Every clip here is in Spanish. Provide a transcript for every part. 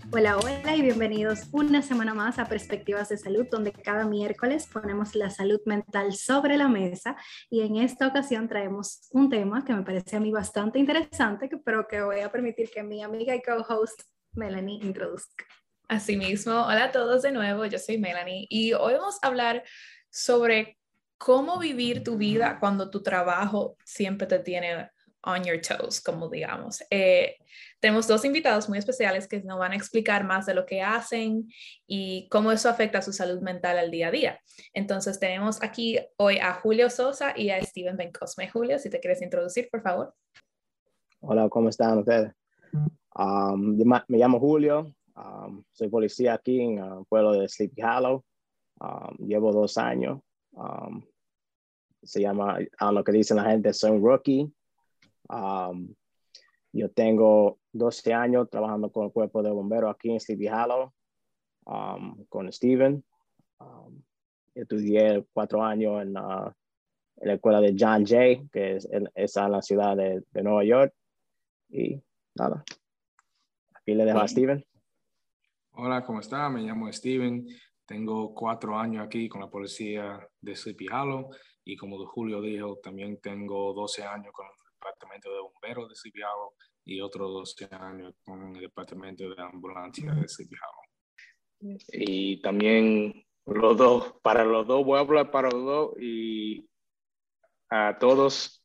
Hola, hola y bienvenidos una semana más a Perspectivas de Salud, donde cada miércoles ponemos la salud mental sobre la mesa y en esta ocasión traemos un tema que me parece a mí bastante interesante, pero que voy a permitir que mi amiga y co-host Melanie introduzca. Asimismo, hola a todos de nuevo, yo soy Melanie y hoy vamos a hablar sobre cómo vivir tu vida cuando tu trabajo siempre te tiene on your toes, como digamos. Tenemos dos invitados muy especiales que nos van a explicar más de lo que hacen y cómo eso afecta a su salud mental al día a día. Entonces tenemos aquí hoy a Julio Sosa y a Steven Bencosme. Julio, si te quieres introducir, por favor. Hola, ¿cómo están ustedes? Me llamo Julio, soy policía aquí en el pueblo de Sleepy Hollow. Llevo 2 años. Se llama, a lo que dicen la gente, soy un rookie. Yo tengo 12 años trabajando con el cuerpo de bomberos aquí en Sleepy Hollow, con Steven. Estudié 4 años en la escuela de John Jay, que es en la ciudad de Nueva York. Y nada, aquí le dejo a Steven. Hola, ¿cómo está? Me llamo Steven. Tengo 4 años aquí con la policía de Sleepy Hollow y como Julio dijo, también tengo 12 años con el departamento de bomberos de Sleepy Hollow y otros 12 años con el departamento de ambulancia de Sleepy Hollow. Y también voy a hablar para los dos y a todos.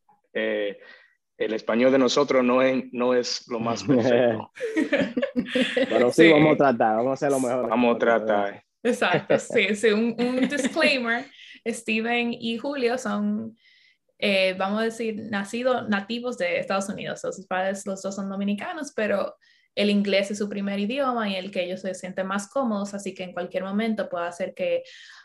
El español de nosotros no es lo más perfecto. Pero sí, vamos a tratar, vamos a hacer lo mejor. Vamos a tratar. Exacto, sí, un disclaimer. Steven y Julio son, vamos a decir, nativos de Estados Unidos. Sus padres, los dos son dominicanos, pero el inglés es su primer idioma y el que ellos se sienten más cómodos, así que en cualquier momento puede hacer que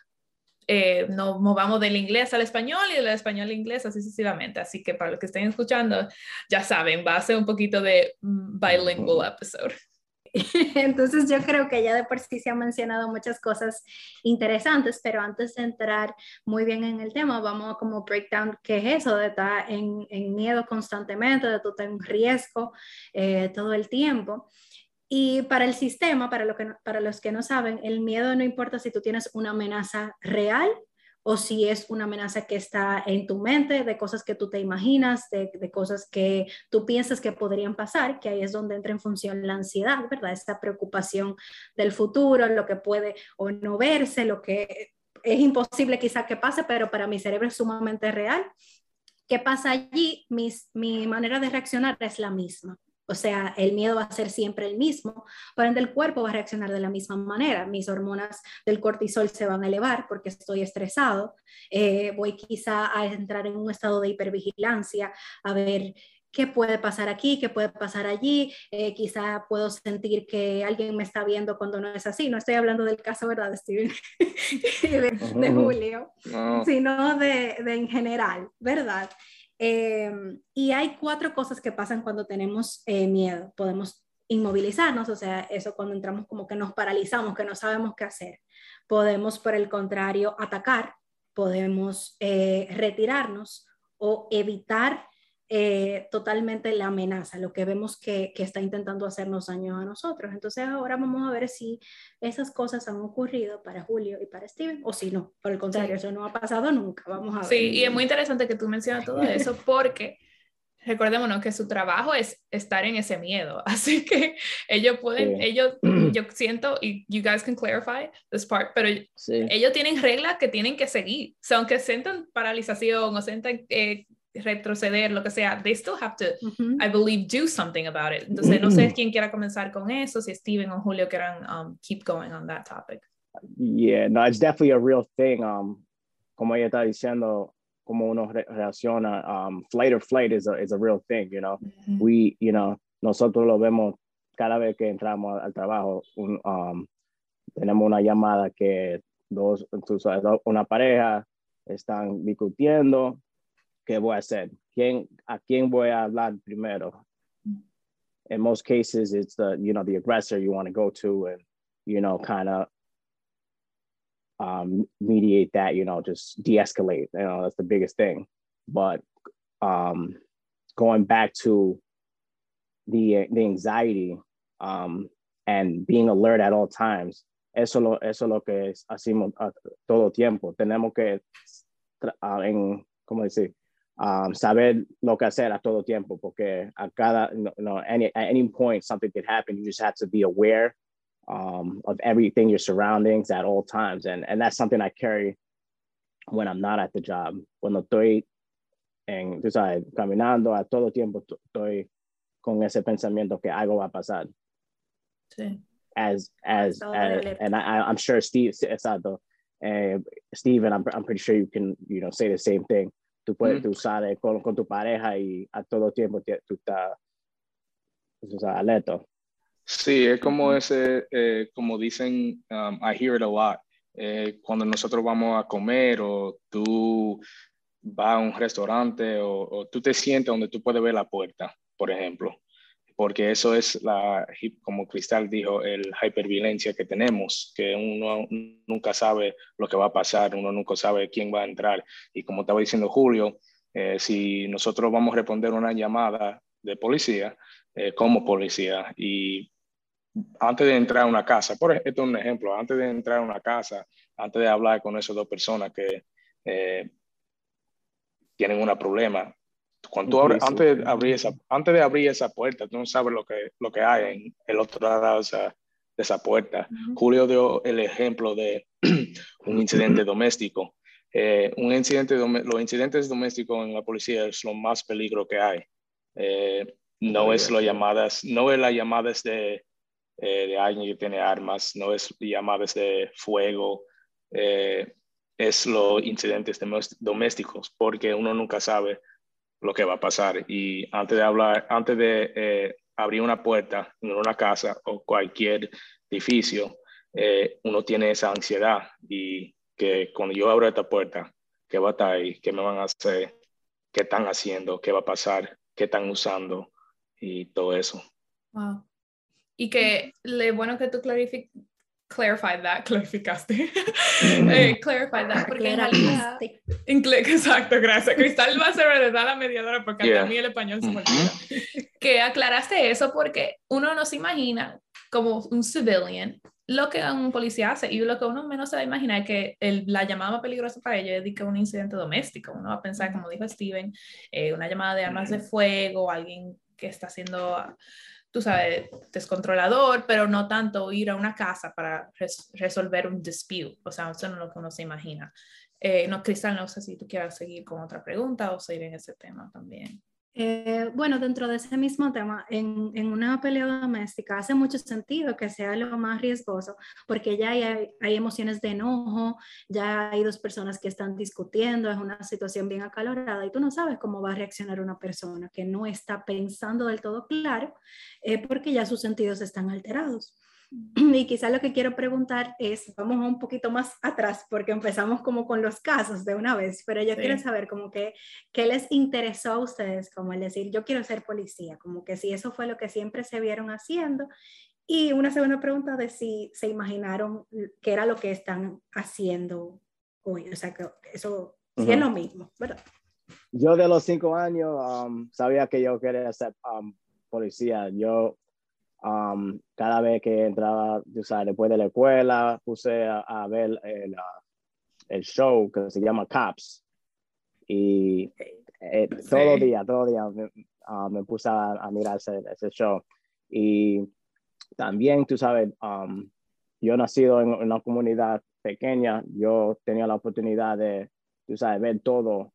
nos movamos del inglés al español y del español al inglés, así sucesivamente. Así que para los que estén escuchando, ya saben, va a ser un poquito de bilingual episode. Entonces yo creo que ya de por sí se han mencionado muchas cosas interesantes, pero antes de entrar muy bien en el tema, vamos a como breakdown qué es eso de estar en miedo constantemente, de tú estar en riesgo todo el tiempo. Y para el sistema, para los que no saben, el miedo no importa si tú tienes una amenaza real o si es una amenaza que está en tu mente, de cosas que tú te imaginas, de cosas que tú piensas que podrían pasar, que ahí es donde entra en función la ansiedad, ¿verdad? Esta preocupación del futuro, lo que puede o no verse, lo que es imposible quizá que pase, pero para mi cerebro es sumamente real. ¿Qué pasa allí? Mi manera de reaccionar es la misma. O sea, el miedo va a ser siempre el mismo, por ende el cuerpo va a reaccionar de la misma manera. Mis hormonas del cortisol se van a elevar porque estoy estresado. Voy quizá a entrar en un estado de hipervigilancia, a ver qué puede pasar aquí, qué puede pasar allí. Quizá puedo sentir que alguien me está viendo cuando no es así. No estoy hablando del caso, ¿verdad, Steven? de Julio, No. sino de en general, ¿verdad? Y hay 4 cosas que pasan cuando tenemos miedo. Podemos inmovilizarnos, o sea, eso cuando entramos como que nos paralizamos, que no sabemos qué hacer. Podemos, por el contrario, atacar, podemos retirarnos o evitar totalmente la amenaza, lo que vemos que está intentando hacernos daño a nosotros. Entonces ahora vamos a ver si esas cosas han ocurrido para Julio y para Steven, o si no, por el contrario, eso no ha pasado nunca. Vamos a ver. Sí, y es muy interesante que tú mencionas todo eso porque recordémonos que su trabajo es estar en ese miedo, así que ellos pueden, yo siento, y you guys can clarify this part, pero ellos tienen reglas que tienen que seguir, o sea, aunque sientan paralización o sientan retroceder, lo que sea, they still have to, I believe, do something about it. Entonces, no sé quién quiera comenzar con eso, si Steven o Julio quieran keep going on that topic. Yeah, no, it's definitely a real thing. Como ella está diciendo, como uno reacciona, flight or flight is a real thing, you know. We, you know, nosotros lo vemos cada vez que entramos al trabajo. Tenemos una llamada que una pareja están discutiendo. ¿Qué voy a hacer? ¿A quién voy a hablar primero? In most cases, it's the aggressor you want to go to and, kind of mediate that, just de-escalate. That's the biggest thing. But going back to the anxiety, and being alert at all times. Eso es lo que hacemos todo tiempo. Tenemos que, ¿cómo decir? Saber lo que hacer a todo tiempo, porque at any point something could happen. You just have to be aware of everything, your surroundings at all times. And that's something I carry when I'm not at the job. Cuando estoy tú sabes, caminando a todo tiempo, estoy con ese pensamiento que algo va a pasar. Sí. And I'm sure Steve, exacto. Steven, I'm pretty sure you can, say the same thing. Tú puedes usar con tu pareja y a todo tiempo tú estás alerta. Sí, es como como dicen, I hear it a lot. Cuando nosotros vamos a comer o tú vas a un restaurante o tú te sientes donde tú puedes ver la puerta, por ejemplo. Porque eso es como Cristal dijo, el hiperviolencia que tenemos, que uno nunca sabe lo que va a pasar, uno nunca sabe quién va a entrar. Y como estaba diciendo Julio, si nosotros vamos a responder una llamada de policía, como policía, y antes de entrar a una casa, esto es un ejemplo, antes de entrar a una casa, antes de hablar con esas dos personas que tienen un problema, cuando tú antes de abrir esa puerta, tú no sabes lo que hay en el otro lado de esa puerta. Julio dio el ejemplo de un incidente doméstico. Los incidentes domésticos en la policía es lo más peligro que hay. No es las llamadas de alguien que tiene armas, no es llamadas de fuego, es los incidentes domésticos, porque uno nunca sabe lo que va a pasar. Y antes de abrir una puerta en una casa o cualquier edificio, uno tiene esa ansiedad y que cuando yo abro esta puerta, ¿qué va a estar ahí? ¿Qué me van a hacer? ¿Qué están haciendo? ¿Qué va a pasar? ¿Qué están usando? Y todo eso. Wow. Y que bueno que tú clarificaste, porque en realidad, exacto, gracias. Cristal va a ser verdad la mediadora porque a mí el español se me olvida. Que aclaraste eso porque uno no se imagina como un civilian lo que un policía hace y lo que uno menos se va a imaginar es que la llamada más peligrosa para ellos es que un incidente doméstico. Uno va a pensar, como dijo Steven, una llamada de armas de fuego, alguien que está haciendo, tú sabes, descontrolador, pero no tanto ir a una casa para resolver un dispute. O sea, eso no es lo que uno se imagina. No, Cristal, no sé si tú quieras seguir con otra pregunta o seguir en ese tema también. Bueno, dentro de ese mismo tema, en una pelea doméstica hace mucho sentido que sea lo más riesgoso, porque ya hay emociones de enojo, ya hay dos personas que están discutiendo, es una situación bien acalorada y tú no sabes cómo va a reaccionar una persona que no está pensando del todo claro, porque ya sus sentidos están alterados. Y quizá lo que quiero preguntar es, vamos un poquito más atrás, porque empezamos como con los casos de una vez, pero yo quiero saber como que, ¿qué les interesó a ustedes? Como el decir, yo quiero ser policía, como que si eso fue lo que siempre se vieron haciendo. Y una segunda pregunta de si se imaginaron qué era lo que están haciendo hoy, o sea, que eso sí es lo mismo, ¿verdad? Yo de los 5 años sabía que yo quería ser policía. Yo cada vez que entraba, tú sabes, después de la escuela, puse a ver el show que se llama Cops. Y todo día me puse a mirar ese show. Y también, tú sabes, yo nacido en una comunidad pequeña, yo tenía la oportunidad de, tú sabes, ver todo,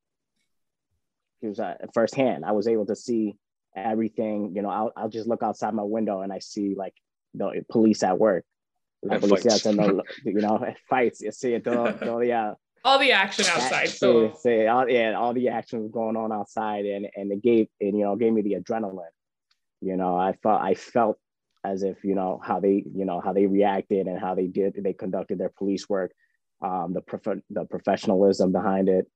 tú sabes, firsthand. I was able to see everything. I'll just look outside my window and I see like the police at work. La policía haciendo, fights. You see it todo día. All the action outside. All the action was going on outside, and it gave me the adrenaline. I felt as if how they reacted and how they conducted their police work, the professionalism behind it.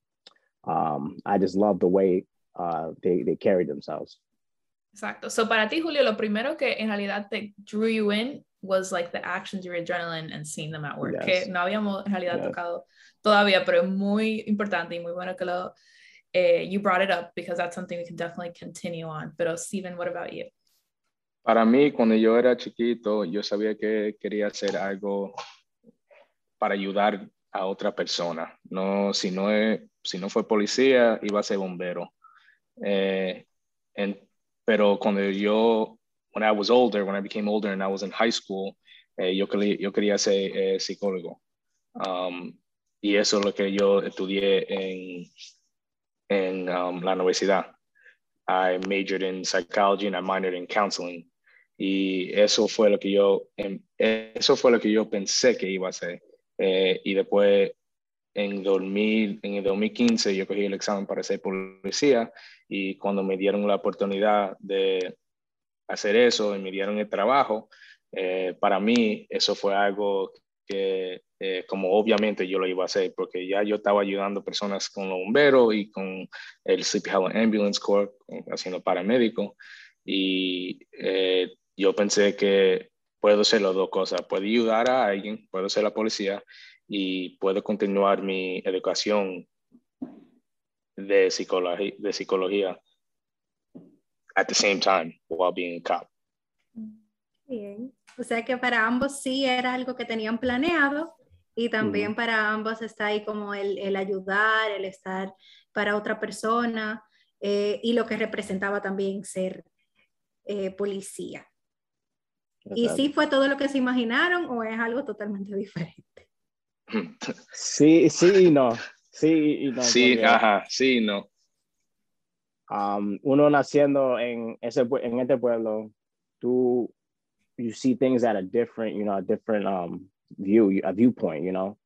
I just love the way they carried themselves. Exacto. So para ti, Julio, lo primero que en realidad te drew you in was like the actions, your adrenaline, and seeing them at work. Yes. Que no habíamos en realidad tocado todavía, pero es muy importante y muy bueno que you brought it up because that's something we can definitely continue on. Pero Steven, what about you? Para mí, cuando yo era chiquito, yo sabía que quería hacer algo para ayudar a otra persona. No, si no fue policía, iba a ser bombero. Eh, and, pero when I was older, when I became older and I was in high school, yo quería ser psicólogo. Y eso es lo que yo estudié en la universidad. I majored in psychology and I minored in counseling. Y eso fue lo que yo pensé que iba a hacer. Y después en el 2015 yo cogí el examen para ser policía y cuando me dieron la oportunidad de hacer eso y me dieron el trabajo, para mí eso fue algo que como obviamente yo lo iba a hacer porque ya yo estaba ayudando personas con los bomberos y con el Sleepy Hollow Ambulance Corps haciendo paramédico y yo pensé que puedo hacer las dos cosas, puedo ayudar a alguien, puedo ser la policía y puedo continuar mi educación de psicología at the same time while being a cop. Bien. O sea que para ambos sí era algo que tenían planeado y también para ambos está ahí como el ayudar, el estar para otra persona y lo que representaba también ser policía. ¿Y sí fue todo lo que se imaginaron o es algo totalmente diferente? Sí, sí y no. Sí y no. Sí, porque, ajá, sí, no. Uno naciendo en este pueblo, you see things at a different, viewpoint,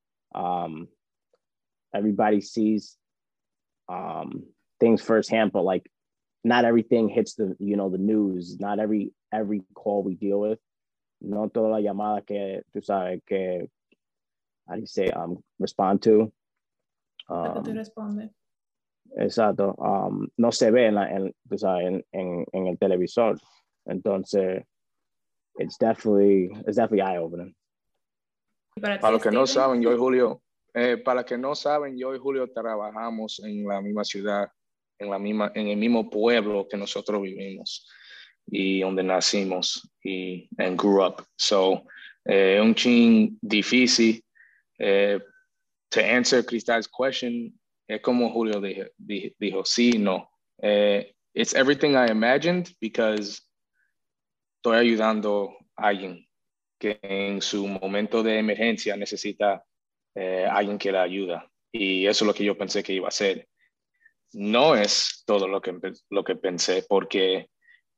everybody sees things firsthand, but like not everything hits the news, not every call we deal with, no toda la llamada que tú sabes que, how do you say, respond to. ¿Qué te responde? Exacto. No se ve tú sabes, en el televisor. Entonces, it's definitely eye-opening. Para los que no saben, yo y Julio, trabajamos en la misma ciudad, en el mismo pueblo que nosotros vivimos y donde nacimos and grew up. So, un chin difícil. To answer Cristal's question, es como Julio dijo, sí, no. It's everything I imagined because estoy ayudando a alguien que en su momento de emergencia necesita alguien que la ayuda. Y eso es lo que yo pensé que iba a hacer. No es todo lo que pensé, porque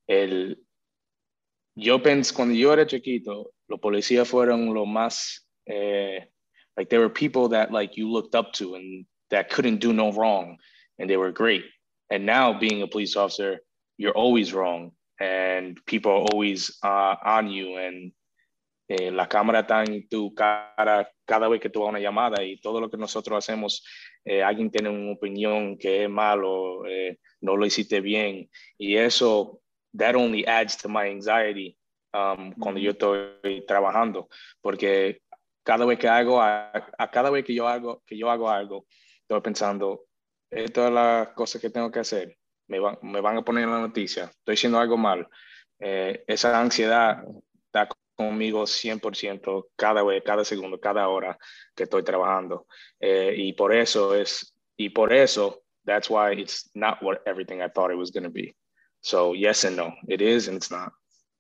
cuando yo era chiquito, los policías fueron lo más, like there were people that like you looked up to and that couldn't do no wrong, and they were great. And now being a police officer, you're always wrong, and people are always on you, and la cámara está en tu cara cada vez que tú vas a una llamada y todo lo que nosotros hacemos, alguien tiene una opinión que es malo, no lo hiciste bien y eso, that only adds to my anxiety cuando yo estoy trabajando, porque cada vez cada vez que yo hago algo, estoy pensando, esto es la cosa que tengo que hacer, me van a poner en la noticia, estoy haciendo algo mal. Esa ansiedad está conmigo 100% cada vez, cada segundo, cada hora que estoy trabajando. Y por eso, that's why it's not what everything I thought it was going to be. So yes and no, it is and it's not.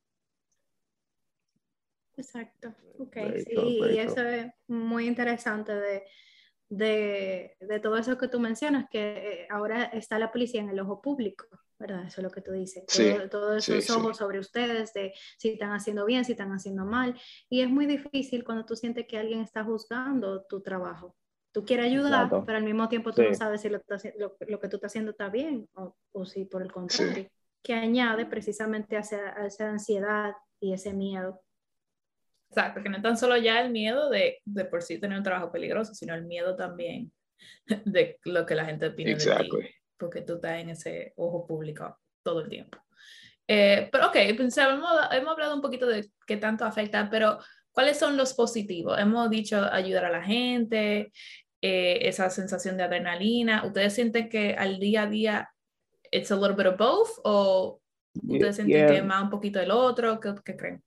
Exacto, ok, Very sí, true, y eso es muy interesante de todo eso que tú mencionas, que ahora está la policía en el ojo público, ¿verdad? Eso es lo que tú dices, Sí, todos esos sí, ojos sobre ustedes, de si están haciendo bien, si están haciendo mal, y es muy difícil cuando tú sientes que alguien está juzgando tu trabajo. Tú quieres ayudar, Exacto. pero al mismo tiempo tú no sabes si lo que tú estás haciendo está bien o si por el contrario, sí. que añade precisamente a esa ansiedad y ese miedo. Exacto, que no tan solo ya el miedo de por sí tener un trabajo peligroso, sino el miedo también de lo que la gente opina de ti, porque tú estás en ese ojo público todo el tiempo. Pero ok, hemos hablado un poquito de qué tanto afecta, pero ¿cuáles son los positivos? Hemos dicho ayudar a la gente, esa sensación de adrenalina. ¿Ustedes sienten que al día a día it's a little bit of both o ¿Ustedes sienten que es más un poquito del otro? ¿Qué creen?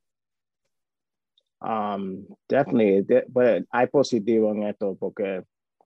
Definitely, but hay positivo en esto porque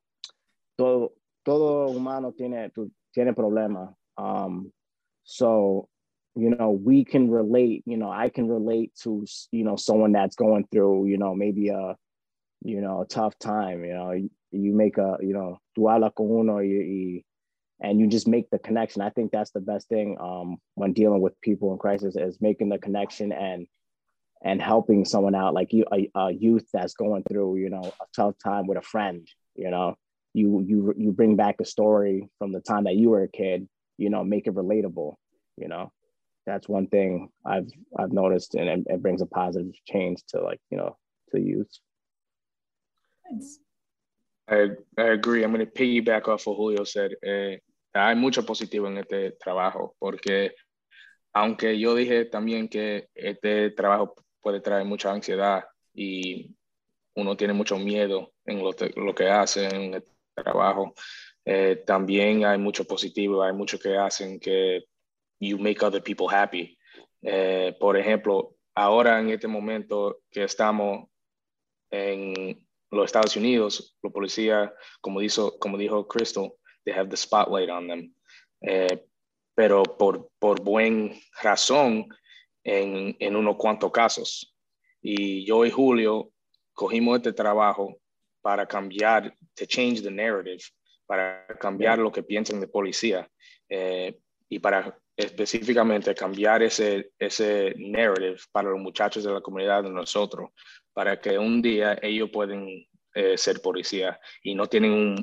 todo humano tiene problemas. So, we can relate, I can relate to, someone that's going through, maybe a tough time, you make tú hablas con uno and you just make the connection. I think that's the best thing when dealing with people in crisis is making the connection and helping someone out, like a youth that's going through, a tough time with a friend, you bring back a story from the time that you were a kid, make it relatable, that's one thing I've noticed, and it brings a positive change to to youth. Thanks. I agree. I'm going to piggyback off what Julio said. Hay mucho positivo en este trabajo, porque aunque yo dije también que este trabajo puede traer mucha ansiedad y uno tiene mucho miedo en lo que hace en el trabajo, también hay mucho positivo, hay mucho que hacen que you make other people happy. Por ejemplo, ahora en este momento que estamos en los Estados Unidos, los policías, como dijo Crystal, they have the spotlight on them. Pero por buena razón en unos cuantos casos. Y yo y Julio cogimos este trabajo para cambiar, to change the narrative, para cambiar lo que piensan de policía, y para específicamente cambiar ese narrative para los muchachos de la comunidad de nosotros, para que un día ellos pueden ser policía y no tienen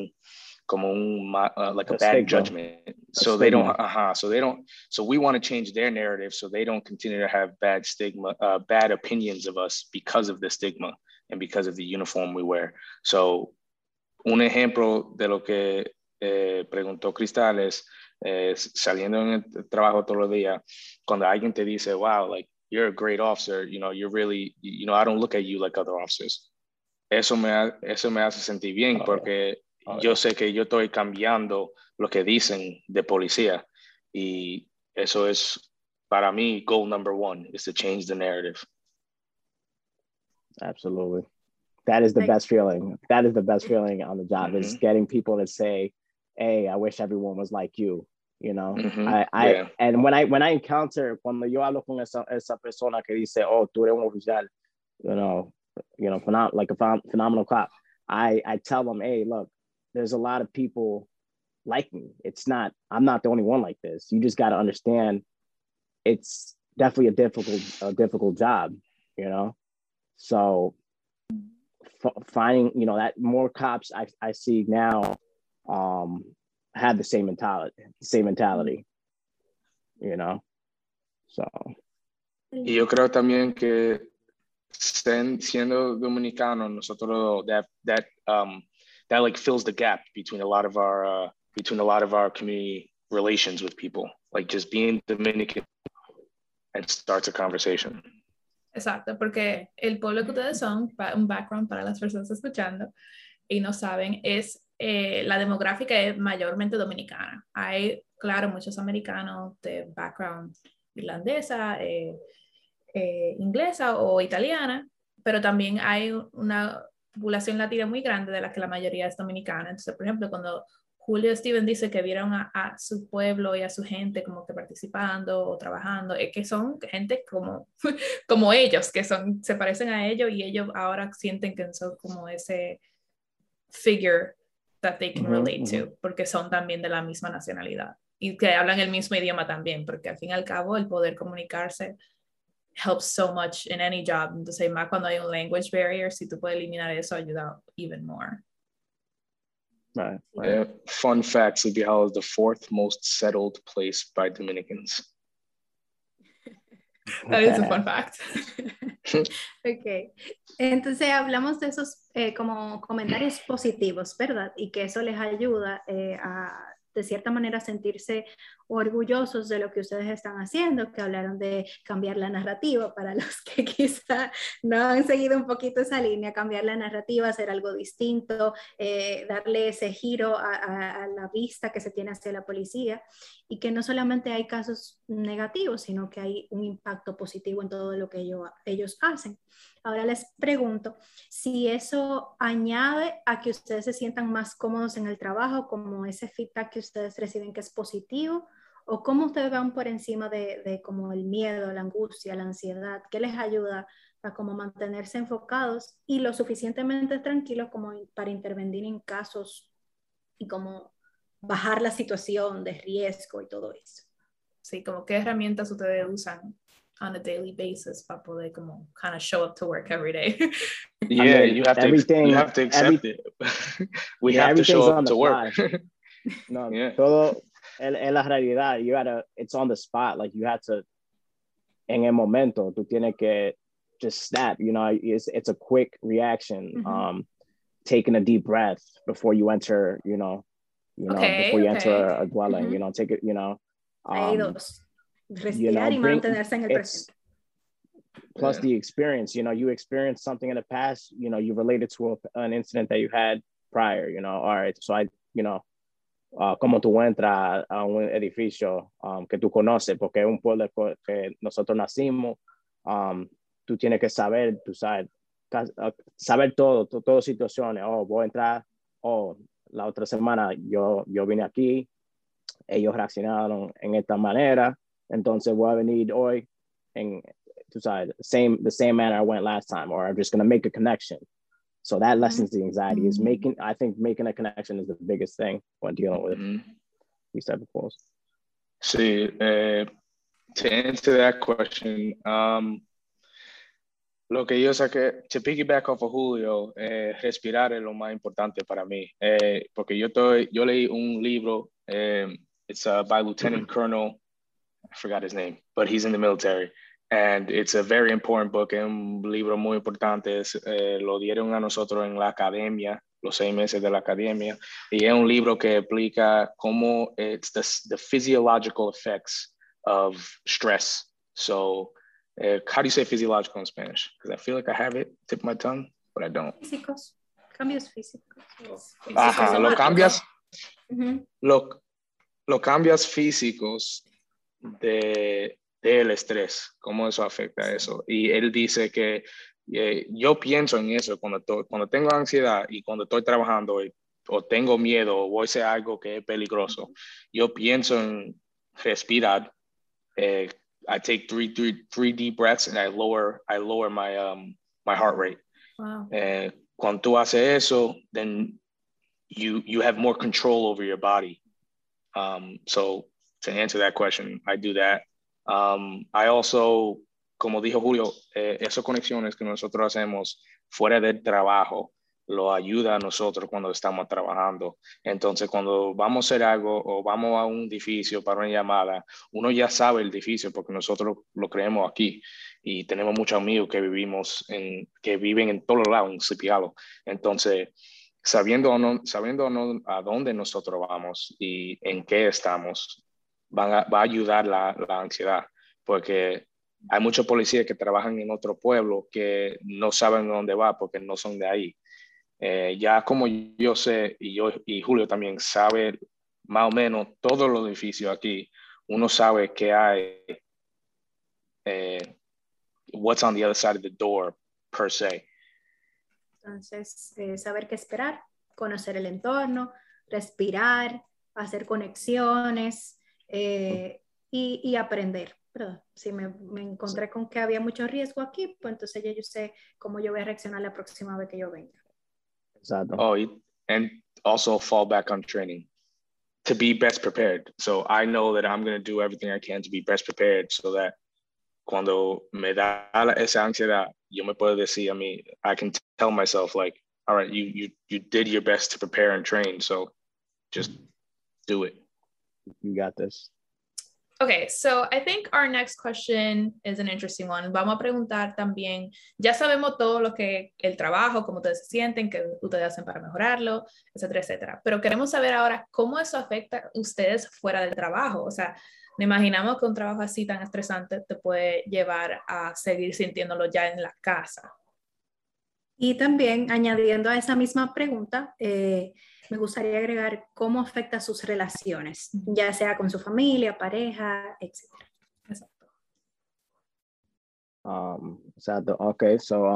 like a bad judgment. So they don't, so we want to change their narrative so they don't continue to have bad stigma, bad opinions of us because of the stigma and because of the uniform we wear. So un ejemplo de lo que preguntó Cristal es saliendo en el trabajo todos los días, cuando alguien te dice, wow, like, you're a great officer, you're really, I don't look at you like other officers. Eso me hace sentir bien porque yo sé que yo estoy cambiando lo que dicen de policía y eso es para mí goal number one, is to change the narrative. Absolutely. That is the best feeling. That is the best feeling on the job, is getting people to say, hey, I wish everyone was like you. And when I encounter, cuando yo hablo con esa persona que dice, oh, tú eres un oficial, like a phenomenal cop, I tell them, hey, look, there's a lot of people like me. I'm not the only one like this. You just got to understand it's definitely a difficult job, So finding, that more cops I see now have the same mentality, So. Y yo creo también que siendo dominicanos, nosotros that like fills the gap between a lot of our community relations with people, like just being Dominican and starts a conversation. Exacto, porque el pueblo que ustedes son, un background para las personas escuchando y no saben, es la demográfica es mayormente dominicana. Hay, claro, muchos americanos de background irlandesa, inglesa o italiana, pero también hay una población latina muy grande de la que la mayoría es dominicana. Entonces, por ejemplo, cuando Julio Steven dice que vieron a su pueblo y a su gente como que participando o trabajando, es que son gente como ellos, que se parecen a ellos y ellos ahora sienten que son como ese figure that they can relate to, porque son también de la misma nacionalidad y que hablan el mismo idioma también, porque al fin y al cabo el poder comunicarse helps so much in any job. Entonces, más cuando hay un language barrier, si tú puedes eliminar eso, ayuda even more. Right. Fun fact, Sleepy Hollow is the 4th most settled place by Dominicans. That is a fun fact. Ok, entonces hablamos de esos como comentarios positivos, ¿verdad? Y que eso les ayuda a de cierta manera sentirse orgullosos de lo que ustedes están haciendo, que hablaron de cambiar la narrativa para los que quizá no han seguido un poquito esa línea, cambiar la narrativa, hacer algo distinto, darle ese giro a la vista que se tiene hacia la policía y que no solamente hay casos negativos, sino que hay un impacto positivo en todo lo que ellos hacen. Ahora les pregunto si eso añade a que ustedes se sientan más cómodos en el trabajo, como ese feedback que ustedes reciben que es positivo, o cómo ustedes van por encima de como el miedo, la angustia, la ansiedad, qué les ayuda a como mantenerse enfocados y lo suficientemente tranquilos como para intervenir en casos y como bajar la situación de riesgo y todo eso. Sí, como qué herramientas ustedes usan on a daily basis para poder como kind of show up to work every day. Yeah, I mean, you have to accept it. We have to show up to work. No, yeah. Todo en la realidad, it's on the spot. Like you have to, en el momento, tú tienes que just snap, you know, it's a quick reaction. Taking a deep breath before you enter, before you enter a dwelling, you know, take it, you know. Respirar y mantenerse en el presente. Plus the experience, you know, you experienced something in the past, you know, you related to an incident that you had prior, you know, all right, so como tú entras a un edificio que tú conoces, porque es un pueblo que nosotros nacimos, tú tienes que saber, tú sabes, saber todas situaciones, voy a entrar, la otra semana yo vine aquí, ellos reaccionaron en esta manera, entonces voy a venir hoy tú sabes, the same manner I went last time, or I'm just going to make a connection. So that lessens the anxiety. I think making a connection is the biggest thing when dealing with these type of calls. Sí, to answer that question, lo que yo saqué, to piggyback off of Julio, respirar es lo más importante para mí, porque yo leí un libro, it's by Lieutenant Colonel, I forgot his name, but he's in the military, and it's a very important book, un libro muy importante, lo dieron a nosotros en la academia, los 6 meses de la academia, y es un libro que explica cómo it's the physiological effects of stress. So, how do you say physiological in Spanish? Because I feel like I have it tip of my tongue, but I don't. Físicos, cambios físicos. Ajá, los cambios, los cambios físicos del estrés, cómo eso afecta a eso. Y él dice que yo pienso en eso cuando tengo ansiedad y cuando estoy trabajando o tengo miedo o voy a hacer algo que es peligroso. Yo pienso en respirar. I take three deep breaths and I lower my heart rate. Wow. Cuando tú haces eso, then you have more control over your body. So to answer that question, I do that. I also, como dijo Julio, esas conexiones que nosotros hacemos fuera del trabajo lo ayuda a nosotros cuando estamos trabajando. Entonces, cuando vamos a hacer algo o vamos a un edificio para una llamada, uno ya sabe el edificio porque nosotros lo creemos aquí y tenemos muchos amigos que viven en todos lados, en Sleepy Hollow. Entonces, sabiendo a dónde nosotros vamos y en qué estamos, va a ayudar la ansiedad, porque hay muchos policías que trabajan en otro pueblo que no saben dónde va porque no son de ahí. Ya como yo sé, y Julio también sabe más o menos todos los edificios aquí, uno sabe que hay, what's on the other side of the door, per se. Entonces, saber qué esperar, conocer el entorno, respirar, hacer conexiones y aprender, ¿verdad? Si me encontré con que había mucho riesgo aquí, pues entonces ya yo sé cómo yo voy a reaccionar la próxima vez que yo venga. Exacto. And also fall back on training to be best prepared. So I know that I'm going to do everything I can to be best prepared so that cuando me da esa ansiedad, yo me puedo decir a mí, I can tell myself like, all right, you did your best to prepare and train, so just do it. You got this. Okay, so I think our next question is an interesting one. Vamos a preguntar también, ya sabemos todo lo que el trabajo, cómo ustedes se sienten, qué ustedes hacen para mejorarlo, etcétera, etcétera. Pero queremos saber ahora cómo eso afecta a ustedes fuera del trabajo. O sea, me imaginamos que un trabajo así tan estresante te puede llevar a seguir sintiéndolo ya en la casa. Y también añadiendo a esa misma pregunta, me gustaría agregar cómo afecta sus relaciones, ya sea con su familia, pareja, etc. Exacto. Exacto. Okay, so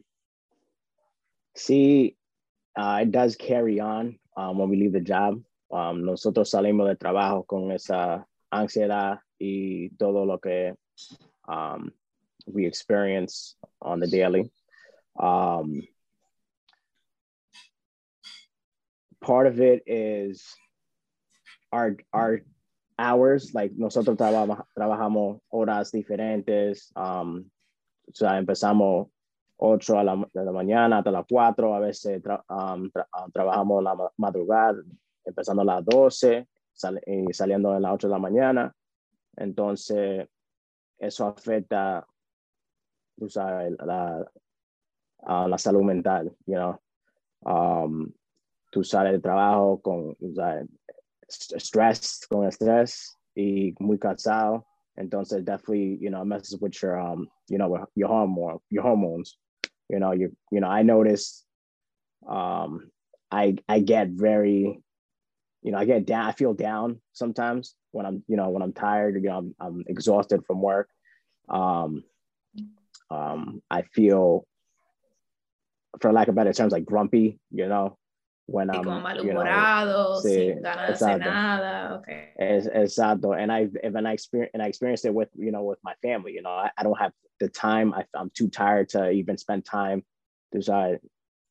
sí, it does carry on when we leave the job. Nosotros salimos del trabajo con esa ansiedad y todo lo que we experience on the daily. Part of it is our hours, like nosotros trabajamos horas diferentes. O sea, empezamos 8 de la mañana hasta las 4, a veces trabajamos la madrugada, empezando a las 12 y saliendo a las 8 de la mañana. Entonces, eso afecta, tú sabes, la salud mental, you know. Tú sales de trabajo con estrés y muy cansado. Entonces, definitely, you know, it messes with your, you know, your hormones. You know, I notice, I get very, you know, I get down. I feel down sometimes when I'm tired. You know, I'm exhausted from work. I feel, for lack of better terms, like grumpy. You know, when I'm, como malhumorado, sin ganas de hacer nada. Okay. Exacto. And I experienced it with, you know, with my family. You know, I don't have the time. I'm too tired to even spend time. Sí.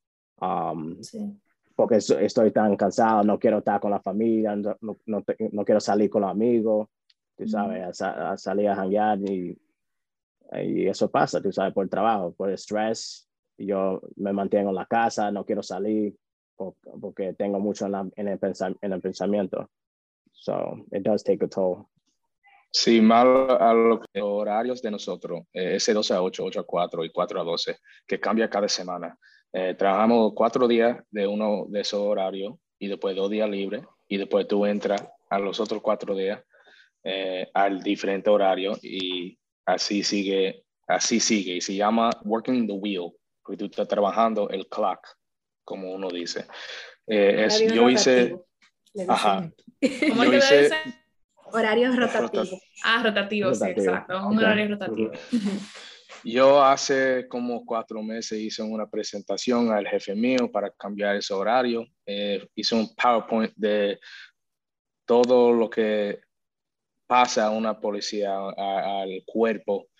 Porque estoy tan cansado, no quiero estar con la familia, no quiero salir con los amigos, tú sabes, a salir a janguear y eso pasa, tú sabes, por el trabajo, por el estrés. Yo me mantengo en la casa, no quiero salir porque tengo mucho en el pensamiento. So, it does take a toll. Sí, mal a los horarios de nosotros, ese 12 a 8, 8 a 4 y 4 a 12, que cambia cada semana. Trabajamos 4 días de uno de esos horarios y después 2 días libres y después tú entras a los otros 4 días al diferente horario y así sigue y se llama working the wheel, porque tú estás trabajando el clock, como uno dice. Yo hice... Ajá. ¿Cómo yo hice? Horarios rotativos. Rotativos, sí, exacto. Un horario rotativo. Yo hace como 4 meses hice una presentación al jefe mío para cambiar ese horario. Hice un PowerPoint de todo lo que pasa a una policía, al cuerpo,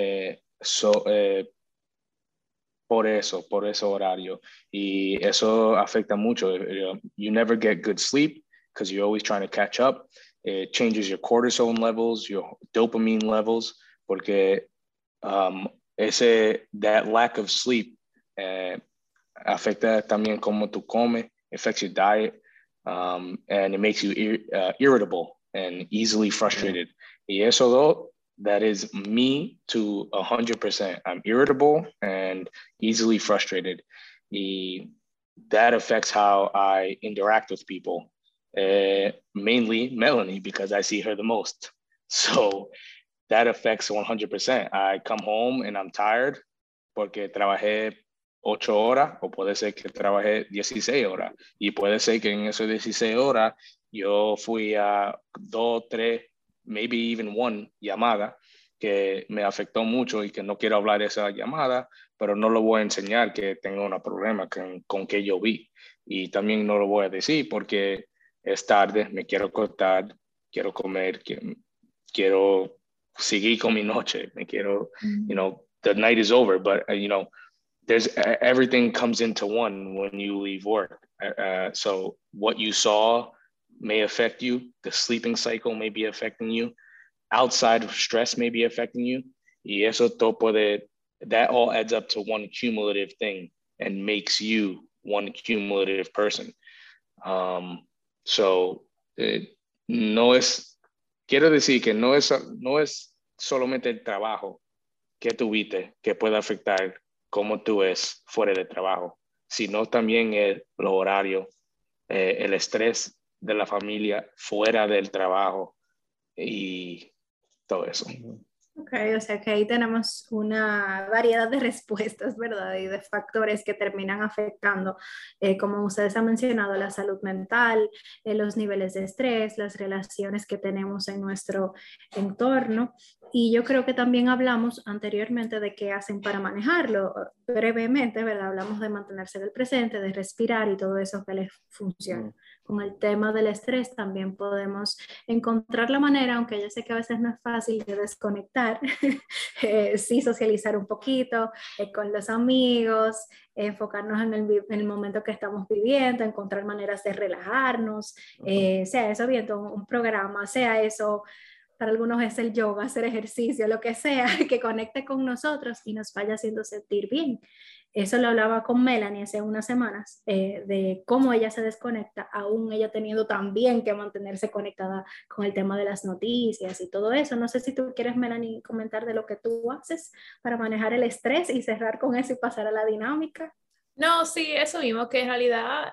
por ese horario. Y eso afecta mucho. You never get good sleep because you're always trying to catch up. It changes your cortisol levels, your dopamine levels, porque that lack of sleep afecta también cómo tú comes, affects your diet, and it makes you irritable and easily frustrated. Y eso that is me to 100%. I'm irritable and easily frustrated. Y that affects how I interact with people. Mainly Melanie, because I see her the most. So that affects 100%. I come home and I'm tired porque trabajé 8 horas o puede ser que trabajé 16 horas. Y puede ser que en esas 16 horas yo fui a 2, 3, maybe even 1 llamada que me afectó mucho y que no quiero hablar de esa llamada, pero no lo voy a enseñar que tengo un problema con que yo vi. Y también no lo voy a decir porque es tarde, me quiero acostar, quiero comer, quiero seguir con mi noche, me quiero, you know, the night is over, but, you know, there's everything comes into one when you leave work. So what you saw may affect you. The sleeping cycle may be affecting you. Outside of stress may be affecting you. Y eso that all adds up to one cumulative thing and makes you one cumulative person. So no es quiero decir que no es solamente el trabajo que tuviste que puede afectar cómo tú es fuera de trabajo, sino también los horarios, el estrés de la familia fuera del trabajo y todo eso. Ok, o sea que ahí tenemos una variedad de respuestas, ¿verdad? Y de factores que terminan afectando, como ustedes han mencionado, la salud mental, los niveles de estrés, las relaciones que tenemos en nuestro entorno. Y yo creo que también hablamos anteriormente de qué hacen para manejarlo. Brevemente, ¿verdad? Hablamos de mantenerse en el presente, de respirar y todo eso que les funciona. Con el tema del estrés también podemos encontrar la manera, aunque yo sé que a veces no es fácil, de desconectar, sí socializar un poquito con los amigos, enfocarnos en el momento que estamos viviendo, encontrar maneras de relajarnos, sea eso viendo un programa, sea eso, para algunos es el yoga, hacer ejercicio, lo que sea, que conecte con nosotros y nos vaya haciendo sentir bien. Eso lo hablaba con Melanie hace unas semanas, de cómo ella se desconecta, aún ella teniendo también que mantenerse conectada con el tema de las noticias y todo eso. No sé si tú quieres, Melanie, comentar de lo que tú haces para manejar el estrés y cerrar con eso y pasar a la dinámica. No, sí, eso mismo, que en realidad,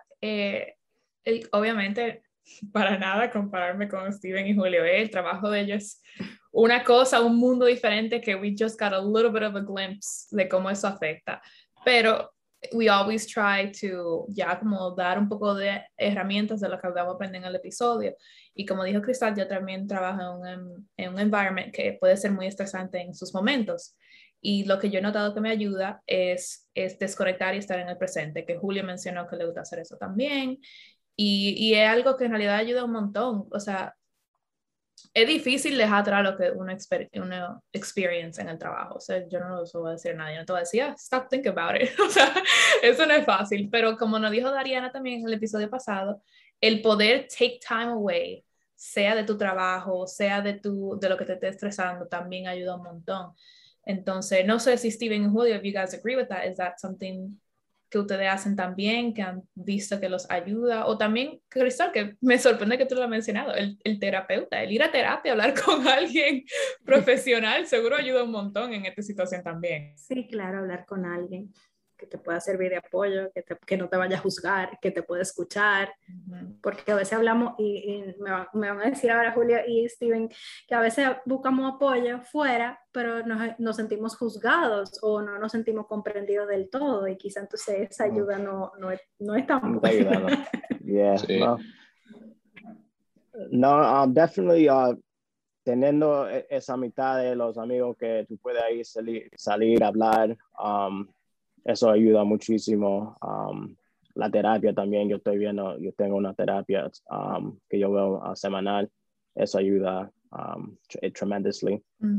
obviamente, para nada compararme con Steven y Julio, el trabajo de ellos es una cosa, un mundo diferente que we just got a little bit of a glimpse de cómo eso afecta. Pero we always try to ya como dar un poco de herramientas de lo que vamos a aprender en el episodio. Y como dijo Cristal, yo también trabajo en un environment que puede ser muy estresante en sus momentos. Y lo que yo he notado que me ayuda es desconectar y estar en el presente, que Julio mencionó que le gusta hacer eso también. Y es algo que en realidad ayuda un montón. O sea, es difícil dejar atrás lo que uno experience en el trabajo. O sea, yo no lo voy a decir a nadie, no te voy a decir, stop thinking about it. O sea, eso no es fácil. Pero como nos dijo Dariana también en el episodio pasado, el poder take time away, sea de tu trabajo, sea de lo que te esté estresando, también ayuda un montón. Entonces, no sé si Steven y Julio, if you guys agree with that, is that something que ustedes hacen también, que han visto que los ayuda? O también, Cristal, que me sorprende que tú lo has mencionado, el terapeuta, el ir a terapia, hablar con alguien profesional, seguro ayuda un montón en esta situación también. Sí, claro, hablar con alguien que te pueda servir de apoyo, que no te vaya a juzgar, que te pueda escuchar, porque a veces hablamos, y me van a decir ahora Julio y Steven, que a veces buscamos apoyo fuera, pero nos sentimos juzgados o no nos sentimos comprendidos del todo, y quizá entonces esa ayuda no es tan buena. Yeah, sí. No, definitely teniendo esa mitad de los amigos que tú puedes ahí salir a hablar, eso ayuda muchísimo. La terapia también, yo tengo una terapia que yo veo semanal, eso ayuda tremendously.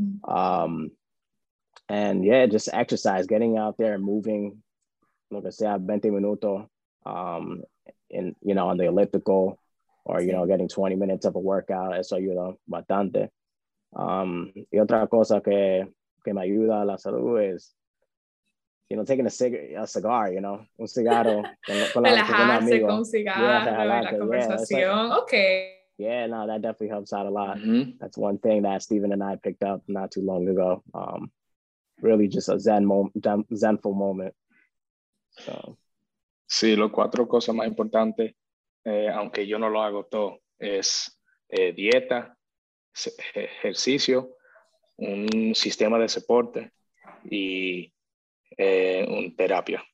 And yeah, just exercise, getting out there and moving, lo que sea, 20 minutos on the elliptical, or, getting 20 minutes of a workout, eso ayuda bastante. Y otra cosa que me ayuda a la salud es, taking a cigar, un cigarro. Relajarse con un cigarro, la conversación, okay. Yeah, no, that definitely helps out a lot. Mm-hmm. That's one thing that Steven and I picked up not too long ago. Really just a zenful moment. So. Sí, las 4 cosas más importantes, aunque yo no lo hago todo, es dieta, ejercicio, un sistema de soporte y un terapia.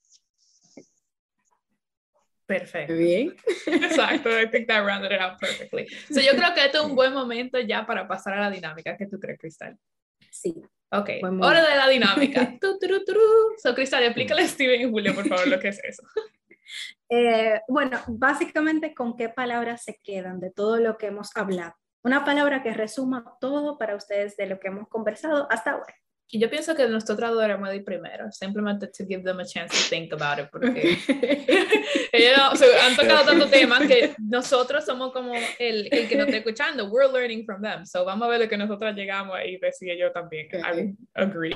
Perfecto. Bien. Exacto, I think that rounded it out perfectly. So yo creo que este es un buen momento ya para pasar a la dinámica. ¿Qué tú crees, Cristal? Sí. Ok, hora de la dinámica. So, Cristal, explícale a Steven y Julio, por favor, lo que es eso. Bueno, básicamente, ¿con qué palabras se quedan de todo lo que hemos hablado? Una palabra que resuma todo para ustedes de lo que hemos conversado hasta ahora. Y yo pienso que nosotros deberíamos ir primero, simplemente to give them a chance to think about it, porque ellos han tocado tantos temas que nosotros somos como el que nos está escuchando. We're learning from them. So vamos a ver lo que nosotros llegamos y decía yo también. I agree.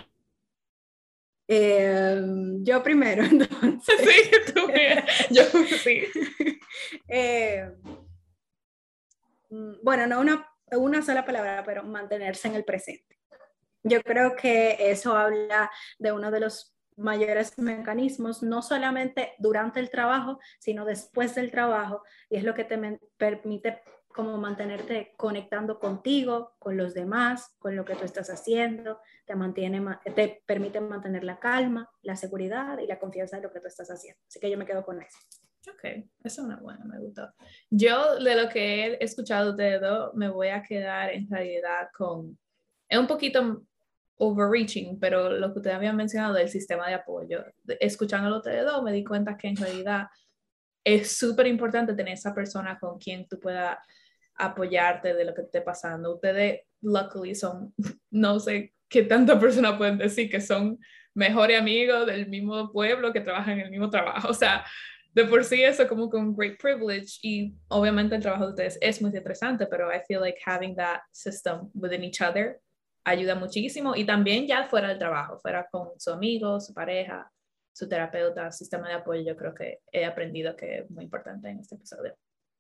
Yo primero, entonces. Sí, tú bien. Yo sí. Bueno, no una sola palabra, pero mantenerse en el presente. Yo creo que eso habla de uno de los mayores mecanismos, no solamente durante el trabajo, sino después del trabajo, y es lo que te permite como mantenerte conectando contigo, con los demás, con lo que tú estás haciendo, te permite mantener la calma, la seguridad y la confianza de lo que tú estás haciendo. Así que yo me quedo con eso. Ok, esa es una buena, me gustó. Yo de lo que he escuchado de ustedes dos, me voy a quedar en realidad con, es un poquito overreaching, pero lo que ustedes habían mencionado del sistema de apoyo, escuchándolo ustedes dos, me di cuenta que en realidad es súper importante tener esa persona con quien tú puedas apoyarte de lo que esté pasando. Ustedes, luckily, son, no sé qué tanta persona pueden decir que son mejores amigos del mismo pueblo, que trabajan en el mismo trabajo. O sea, de por sí eso como que un great privilege, y obviamente el trabajo de ustedes es muy interesante, pero I feel like having that system within each other ayuda muchísimo, y también ya fuera del trabajo, fuera con su amigo, su pareja, su terapeuta, sistema de apoyo. Yo creo que he aprendido que es muy importante en este episodio.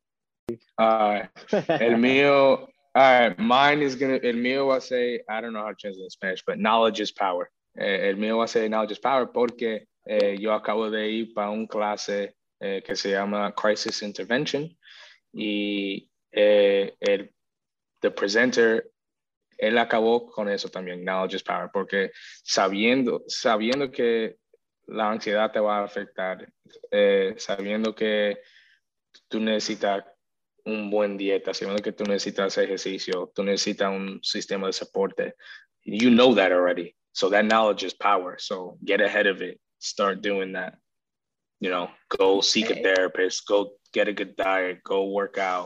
El mío, el mío va a ser, I don't know how to translate in Spanish, but knowledge is power. El mío va a ser knowledge is power porque yo acabo de ir para un clase que se llama Crisis Intervention, y the presenter, él acabó con eso también, knowledge is power, porque sabiendo que la ansiedad te va a afectar, sabiendo que tú necesitas un buen dieta, sabiendo que tú necesitas ejercicio, tú necesitas un sistema de soporte. You know that already. So that knowledge is power. So get ahead of it. Start doing that. You know, go seek a therapist, go get a good diet, go work out.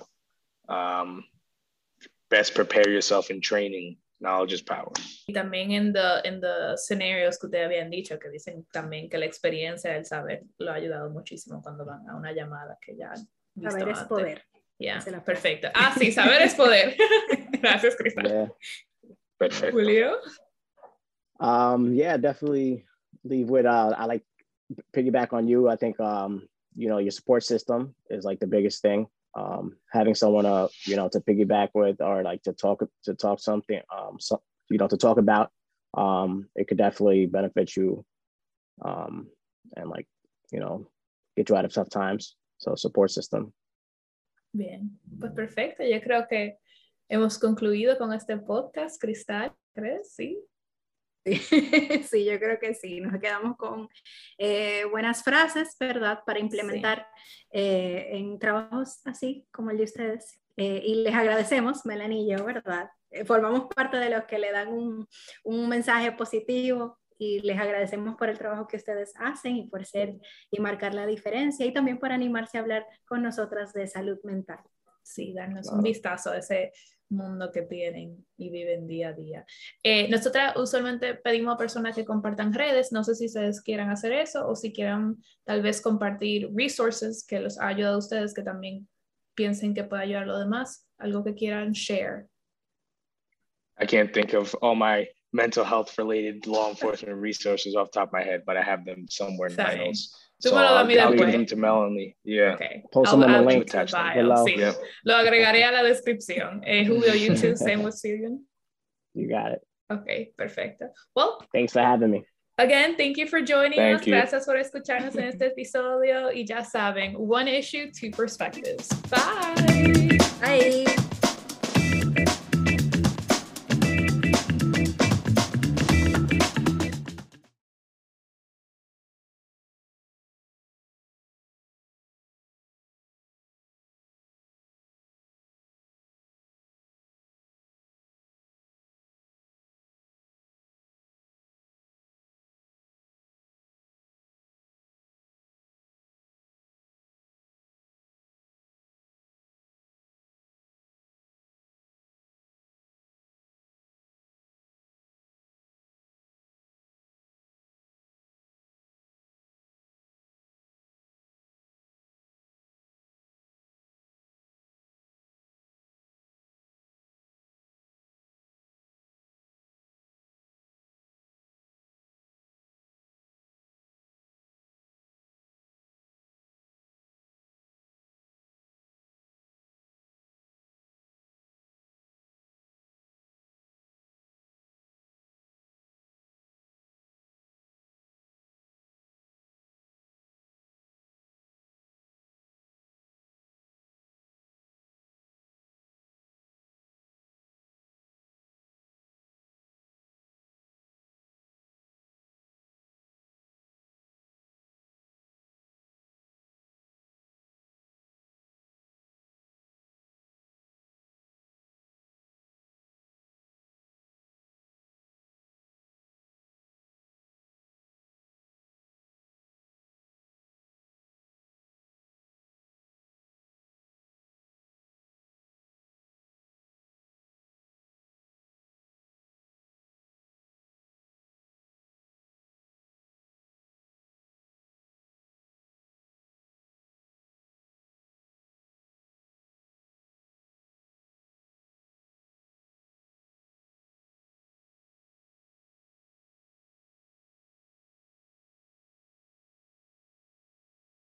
Best prepare yourself in training. Knowledge is power. Y también en the scenarios que ustedes habían dicho, que dicen también que la experiencia, el saber, lo ha ayudado muchísimo cuando van a una llamada que ya han visto Saber es antes. poder. Yeah, perfecto. Ah, sí, saber es poder. Gracias, Cristal. Yeah. Perfect. Julio? Yeah, definitely leave with, I like piggyback on you. I think, you know, your support system is like the biggest thing. Having someone, you know, to piggyback with, or like to talk something, you know, to talk about, it could definitely benefit you, and like, you know, get you out of tough times. So support system. Bien, pues perfecto. Yo creo que hemos concluido con este podcast, Cristal, ¿crees? Sí. Sí, yo creo que sí. Nos quedamos con buenas frases, ¿verdad? Para implementar en trabajos así como el de ustedes. Y les agradecemos, Melanie y yo, ¿verdad? Formamos parte de los que le dan un mensaje positivo, y les agradecemos por el trabajo que ustedes hacen y por ser y marcar la diferencia, y también por animarse a hablar con nosotras de salud mental. Sí, darnos un vistazo a ese mundo que tienen y viven día a día. Nosotras usualmente pedimos a personas que compartan redes. No sé si ustedes quieran hacer eso, o si quieran tal vez compartir resources que los ha ayudado a ustedes, que también piensen que puede ayudar a los demás. Algo que quieran share. I can't think of all my mental health related law enforcement resources off the top of my head, but I have them somewhere in my notes. So I'll give them to Melanie. Yeah. Okay. Post them on the link below. Sí. Yeah. Lo agregaré a la descripción. Julio, you too, same with Syrian. You got it. Okay, perfecto. Well, thanks for having me. Again, thank you for joining us. You. Gracias por escucharnos en este episodio. Y ya saben, one issue, two perspectives. Bye. Bye.